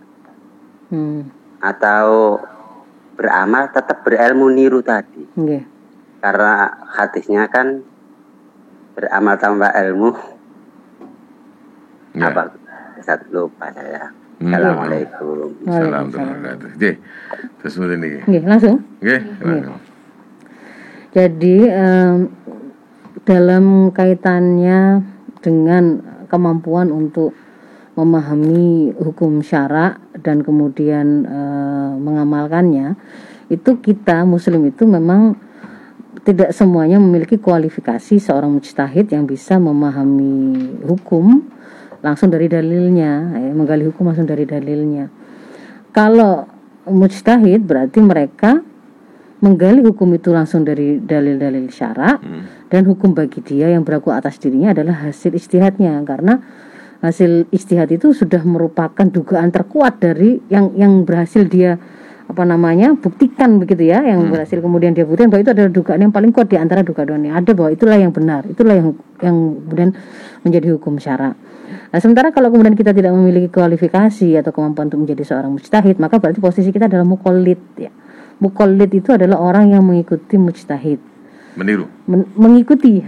atau beramal tetap berilmu niru tadi. Nggih. Karena hadisnya kan beramal tanpa ilmu. Ya. Apa? Saya lupa saya. Assalamualaikum. Salam warahmatullahi. Nggih. Terus mrene niki. Nggih, langsung. Nggih. Jadi dalam kaitannya dengan kemampuan untuk memahami hukum syara dan kemudian mengamalkannya, itu kita Muslim itu memang tidak semuanya memiliki kualifikasi seorang mujtahid yang bisa memahami hukum langsung dari dalilnya, menggali hukum langsung dari dalilnya. Kalau mujtahid berarti mereka menggali hukum itu langsung dari dalil-dalil syara, dan hukum bagi dia yang berlaku atas dirinya adalah hasil ijtihadnya, karena hasil ijtihad itu sudah merupakan dugaan terkuat dari yang berhasil dia buktikan begitu ya, yang berhasil kemudian dia buktikan bahwa itu adalah dugaan yang paling kuat di antara dugaan yang ada, bahwa itulah yang benar, itulah yang kemudian menjadi hukum syara. Nah, sementara kalau kemudian kita tidak memiliki kualifikasi atau kemampuan untuk menjadi seorang mujtahid, maka berarti posisi kita adalah muqallid ya. Muqallid itu adalah orang yang mengikuti mujtahid. Meniru. Mengikuti.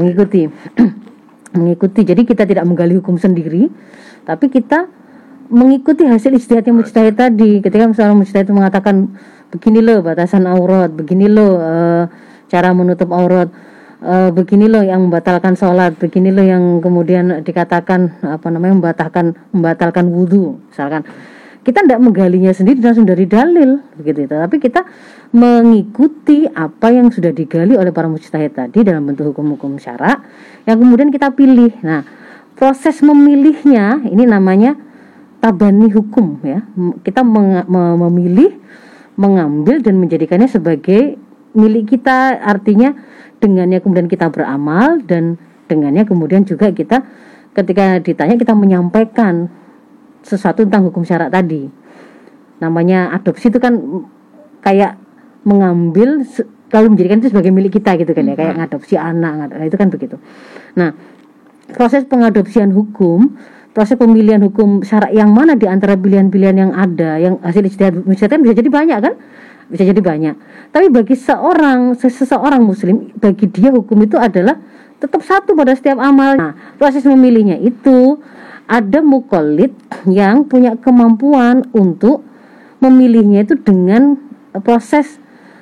Mengikuti. Jadi kita tidak menggali hukum sendiri, tapi kita mengikuti hasil ijtihadnya mujtahid tadi. Ketika misalnya mujtahid mengatakan begini loh batasan aurat, begini loh cara menutup aurat, begini loh yang membatalkan sholat, begini loh yang kemudian dikatakan membatalkan wudu, misalkan. Kita tidak menggalinya sendiri langsung dari dalil begitu, tapi kita mengikuti apa yang sudah digali oleh para mujtahid tadi dalam bentuk hukum-hukum syara yang kemudian kita pilih. Nah, proses memilihnya ini namanya tabani hukum ya. Kita memilih, mengambil dan menjadikannya sebagai milik kita, artinya dengannya kemudian kita beramal, dan dengannya kemudian juga kita ketika ditanya kita menyampaikan sesuatu tentang hukum syara tadi. Namanya adopsi itu kan kayak mengambil lalu menjadikan itu sebagai milik kita gitu kan ya, kayak ngadopsi anak, itu kan begitu. Nah, proses pengadopsian hukum, proses pemilihan hukum syara yang mana di antara pilihan-pilihan yang ada, yang hasil ijtihad kan bisa jadi banyak kan? Bisa jadi banyak. Tapi bagi seseorang muslim, bagi dia hukum itu adalah tetap satu pada setiap amal. Nah, proses memilihnya itu ada muqallid yang punya kemampuan untuk memilihnya itu dengan proses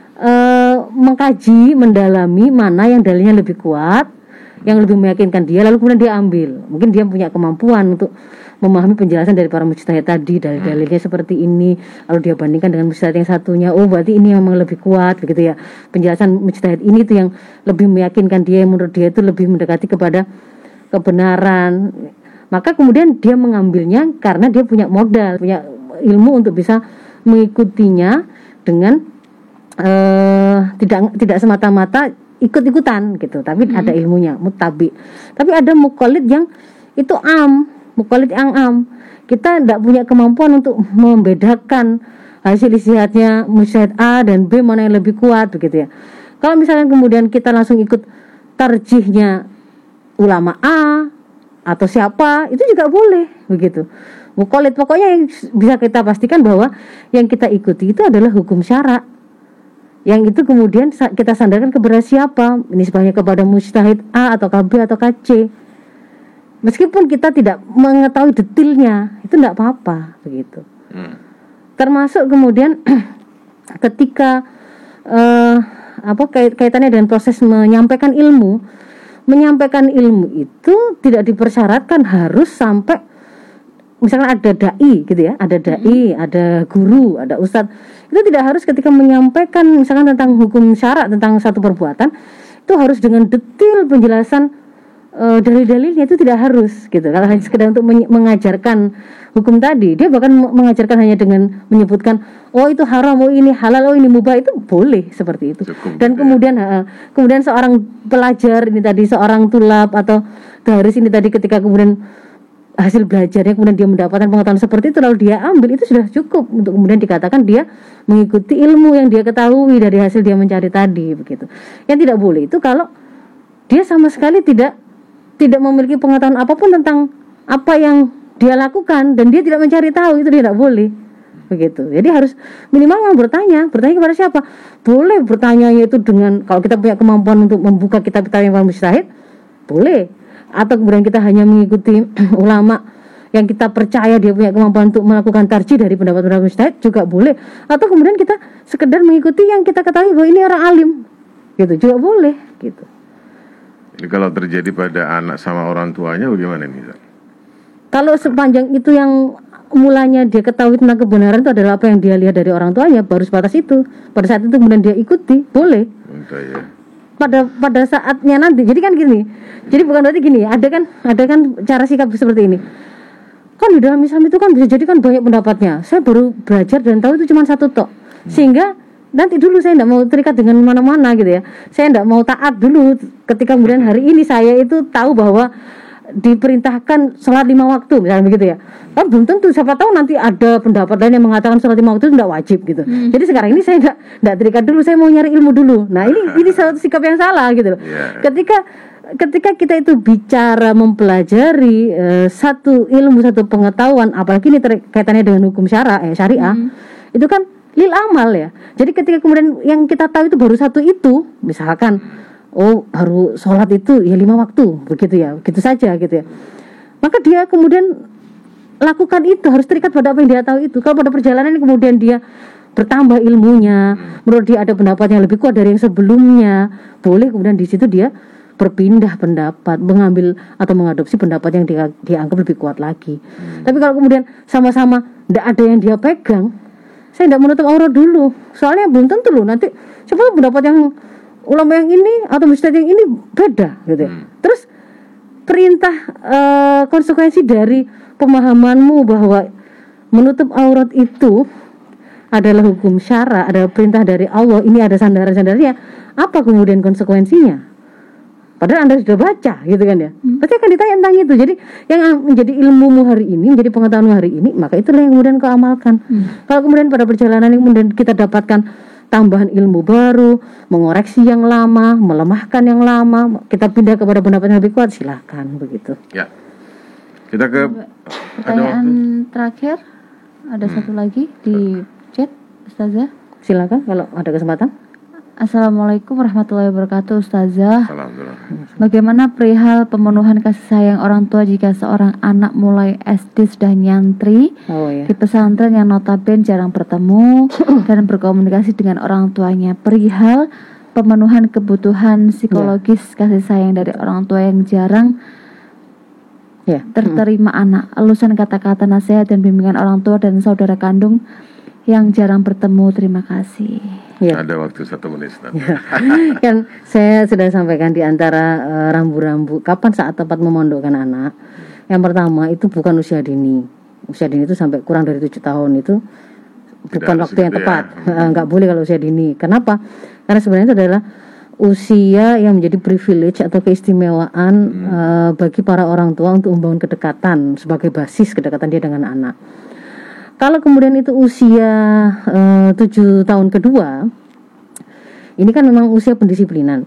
mengkaji, mendalami mana yang dalilnya lebih kuat, yang lebih meyakinkan dia, lalu kemudian dia ambil. Mungkin dia punya kemampuan untuk memahami penjelasan dari para mujtahid tadi, dalil-dalilnya seperti ini, lalu dia bandingkan dengan mujtahid yang satunya, oh berarti ini memang lebih kuat begitu ya. Penjelasan mujtahid ini tuh yang lebih meyakinkan dia, menurut dia itu lebih mendekati kepada kebenaran. Maka kemudian dia mengambilnya karena dia punya modal, punya ilmu untuk bisa mengikutinya dengan tidak semata-mata ikut-ikutan gitu, tapi ada ilmunya, muttabi. Tapi ada muqallid yang itu muqallid yang kita tidak punya kemampuan untuk membedakan hasil ijtihadnya mujtahid A dan B mana yang lebih kuat begitu ya. Kalau misalnya kemudian kita langsung ikut tarjihnya ulama A atau siapa, itu juga boleh begitu. Muqallid pokoknya yang bisa kita pastikan bahwa yang kita ikuti itu adalah hukum syara. Yang itu kemudian kita sandarkan kepada siapa? Nisbahnya kepada mujtahid A atau KB atau KC. Meskipun kita tidak mengetahui detailnya, itu tidak apa-apa begitu. Termasuk kemudian ketika kaitannya dengan proses menyampaikan ilmu. Menyampaikan ilmu itu tidak dipersyaratkan harus sampai misalnya ada dai gitu ya, ada dai, ada guru, ada ustadz. Itu tidak harus ketika menyampaikan misalkan tentang hukum syara, tentang satu perbuatan, itu harus dengan detail penjelasan dalil-dalilnya, itu tidak harus gitu. Kalau hanya sekedar untuk mengajarkan hukum tadi, dia bahkan mengajarkan hanya dengan menyebutkan, oh itu haram, oh ini halal, oh ini mubah, itu boleh seperti itu. Cukup Dan gitu kemudian seorang pelajar ini tadi, seorang tulab atau daris ini tadi, ketika kemudian hasil belajarnya kemudian dia mendapatkan pengetahuan seperti itu lalu dia ambil, itu sudah cukup untuk kemudian dikatakan dia mengikuti ilmu yang dia ketahui dari hasil dia mencari tadi, begitu. Yang tidak boleh itu kalau dia sama sekali tidak memiliki pengetahuan apapun tentang apa yang dia lakukan dan dia tidak mencari tahu, itu dia tidak boleh, begitu. Jadi harus minimal bertanya kepada siapa? Boleh bertanya itu dengan, kalau kita punya kemampuan untuk membuka kitab-kitab yang mustahid, boleh. Atau kemudian kita hanya mengikuti ulama yang kita percaya dia punya kemampuan untuk melakukan tarjih dari pendapat-pendapat mujtahid, juga boleh. Atau kemudian kita sekedar mengikuti yang kita ketahui bahwa ini orang alim, gitu, juga boleh, gitu. Jadi kalau terjadi pada anak sama orang tuanya bagaimana nih? Kalau sepanjang itu yang mulanya dia ketahui tentang kebenaran itu adalah apa yang dia lihat dari orang tuanya, baru sebatas itu. Pada saat itu kemudian dia ikuti, boleh. Ya. Pada saatnya nanti. Jadi kan gini. Jadi bukan berarti gini, ada kan cara sikap seperti ini. Kan di dalam Islam itu kan bisa jadi kan banyak pendapatnya. Saya baru belajar dan tahu itu cuma satu tok. Sehingga nanti dulu saya tidak mau terikat dengan mana-mana gitu ya. Saya tidak mau taat dulu ketika kemudian hari ini saya itu tahu bahwa diperintahkan sholat 5 waktu misalnya begitu ya. Kan belum tentu, siapa tahu nanti ada pendapat lain yang mengatakan sholat 5 waktu itu tidak wajib gitu. Jadi sekarang ini saya tidak terikat dulu, saya mau nyari ilmu dulu. Nah ini satu sikap yang salah gitu loh. Ketika kita itu bicara mempelajari satu ilmu, satu pengetahuan, apalagi ini kaitannya dengan hukum syariah, itu kan lil amal ya. Jadi ketika kemudian yang kita tahu itu baru satu itu, misalkan oh baru sholat itu ya 5 waktu, begitu ya, begitu saja gitu ya. Maka dia kemudian lakukan itu, harus terikat pada apa yang dia tahu itu. Kalau pada perjalanan ini kemudian dia bertambah ilmunya, menurut dia ada pendapat yang lebih kuat dari yang sebelumnya, boleh kemudian di situ dia berpindah pendapat, mengambil atau mengadopsi pendapat yang dia anggap lebih kuat lagi. Tapi kalau kemudian sama-sama tidak ada yang dia pegang, saya tidak menutup aurat dulu, soalnya belum tentu loh nanti siapa pendapat yang ulama yang ini atau mujtahid yang ini beda gitu ya. Terus perintah konsekuensi dari pemahamanmu bahwa menutup aurat itu adalah hukum syara, adalah perintah dari Allah, ini ada sandaran-sandarannya, apa kemudian konsekuensinya? Padahal Anda sudah baca gitu kan ya. Pasti akan ditanya tentang itu. Jadi yang menjadi ilmumu hari ini, menjadi pengetahuanmu hari ini, maka itulah yang kemudian kau amalkan. Kalau kemudian pada perjalanan yang kemudian kita dapatkan tambahan ilmu baru, mengoreksi yang lama, melemahkan yang lama, kita pindah kepada pendapat yang lebih kuat, silakan begitu. Ya. Kita ke pertanyaan terakhir. Ada satu lagi di chat, Ustazah. Silakan kalau ada kesempatan. Assalamualaikum warahmatullahi wabarakatuh, Ustazah. Alhamdulillah. Bagaimana perihal pemenuhan kasih sayang orang tua jika seorang anak mulai SD sudah nyantri di pesantren yang notabene jarang bertemu dan berkomunikasi dengan orang tuanya? Perihal pemenuhan kebutuhan psikologis kasih sayang dari orang tua yang jarang terterima anak, elusan kata-kata nasihat dan bimbingan orang tua dan saudara kandung yang jarang bertemu. Terima kasih. Ada waktu 1 menit. Kan saya sudah sampaikan di antara rambu-rambu kapan saat tepat memondokkan anak. Yang pertama itu bukan usia dini. Usia dini itu sampai kurang dari 7 tahun itu bukan waktu yang tepat. Nggak boleh kalau usia dini. Kenapa? Karena sebenarnya itu adalah usia yang menjadi privilege atau keistimewaan bagi para orang tua untuk membangun kedekatan sebagai basis kedekatan dia dengan anak. Kalau kemudian itu usia 7 tahun kedua, ini kan memang usia pendisiplinan.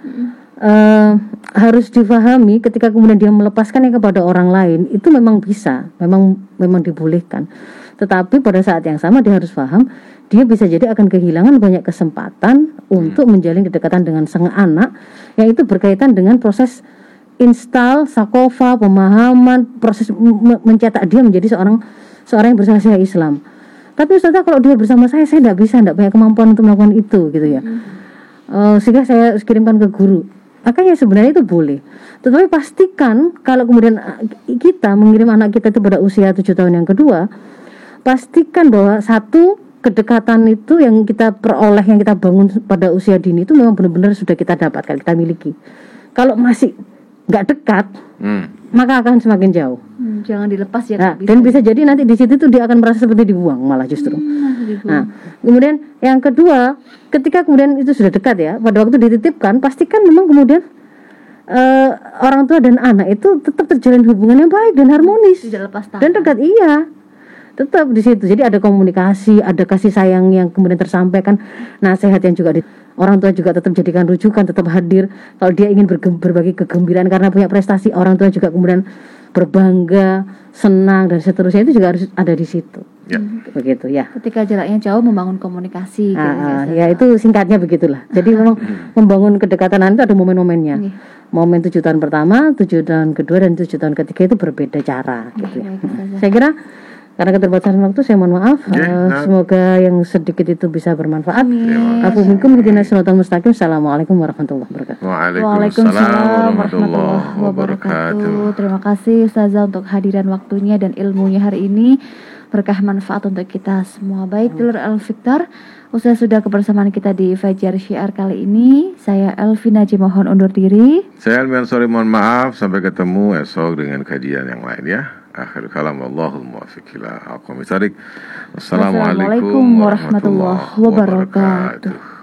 Harus difahami ketika kemudian dia melepaskannya kepada orang lain, itu memang bisa, memang dibolehkan. Tetapi pada saat yang sama dia harus paham, dia bisa jadi akan kehilangan banyak kesempatan untuk menjalin kedekatan dengan sang anak, yang itu berkaitan dengan proses install, sakofa, pemahaman, proses mencetak dia menjadi seorang yang bersahaja Islam. Tapi Ustazah, kalau dia bersama saya tidak punya kemampuan untuk melakukan itu gitu ya. Sehingga saya kirimkan ke guru. Makanya sebenarnya itu boleh. Tetapi pastikan kalau kemudian kita mengirim anak kita itu pada usia 7 tahun yang kedua, pastikan bahwa satu, kedekatan itu yang kita peroleh, yang kita bangun pada usia dini itu memang benar-benar sudah kita dapatkan, kita miliki. Kalau masih nggak dekat, maka akan semakin jauh. Jangan dilepas ya. Dan bisa jadi nanti di situ tuh dia akan merasa seperti dibuang malah justru. Nah, kemudian yang kedua, ketika kemudian itu sudah dekat ya, pada waktu dititipkan, pastikan memang kemudian orang tua dan anak itu tetap terjalin hubungan yang baik dan harmonis Tidak lepas tangan. dan dekat, iya, tetap di situ. Jadi ada komunikasi, ada kasih sayang yang kemudian tersampaikan, nasihat yang juga orang tua juga tetap jadikan rujukan, tetap hadir. Kalau dia ingin berbagi kegembiraan karena punya prestasi, orang tua juga kemudian berbangga, senang dan seterusnya, itu juga harus ada di situ. Ya. Begitu ya. Ketika jaraknya jauh membangun komunikasi. Ya itu singkatnya begitulah. Jadi memang membangun kedekatan itu ada momen-momennya. Momen 7 tahun pertama, 7 tahun kedua, dan 7 tahun ketiga itu berbeda cara. Gitu ya. Saya kira karena keterbatasan waktu saya mohon maaf. Semoga yang sedikit itu bisa bermanfaat. Aku minkum hidayah siratal mustaqim. Assalamualaikum warahmatullahi wabarakatuh. Waalaikumsalam warahmatullahi wabarakatuh. Terima kasih Ustazah untuk hadiran waktunya dan ilmunya hari ini. Berkah manfaat untuk kita semua. Baik, dulur Al-Fiktor, usai sudah kebersamaan kita di Fajar Syiar kali ini. Saya Elvina Najih mohon undur diri. Saya Elmi Ansori mohon maaf. Sampai ketemu esok dengan kajian yang lain ya. Akhir kalam, wallahul muwaffiq ila aqwamit thoriq. Wassalamualaikum warahmatullahi wabarakatuh.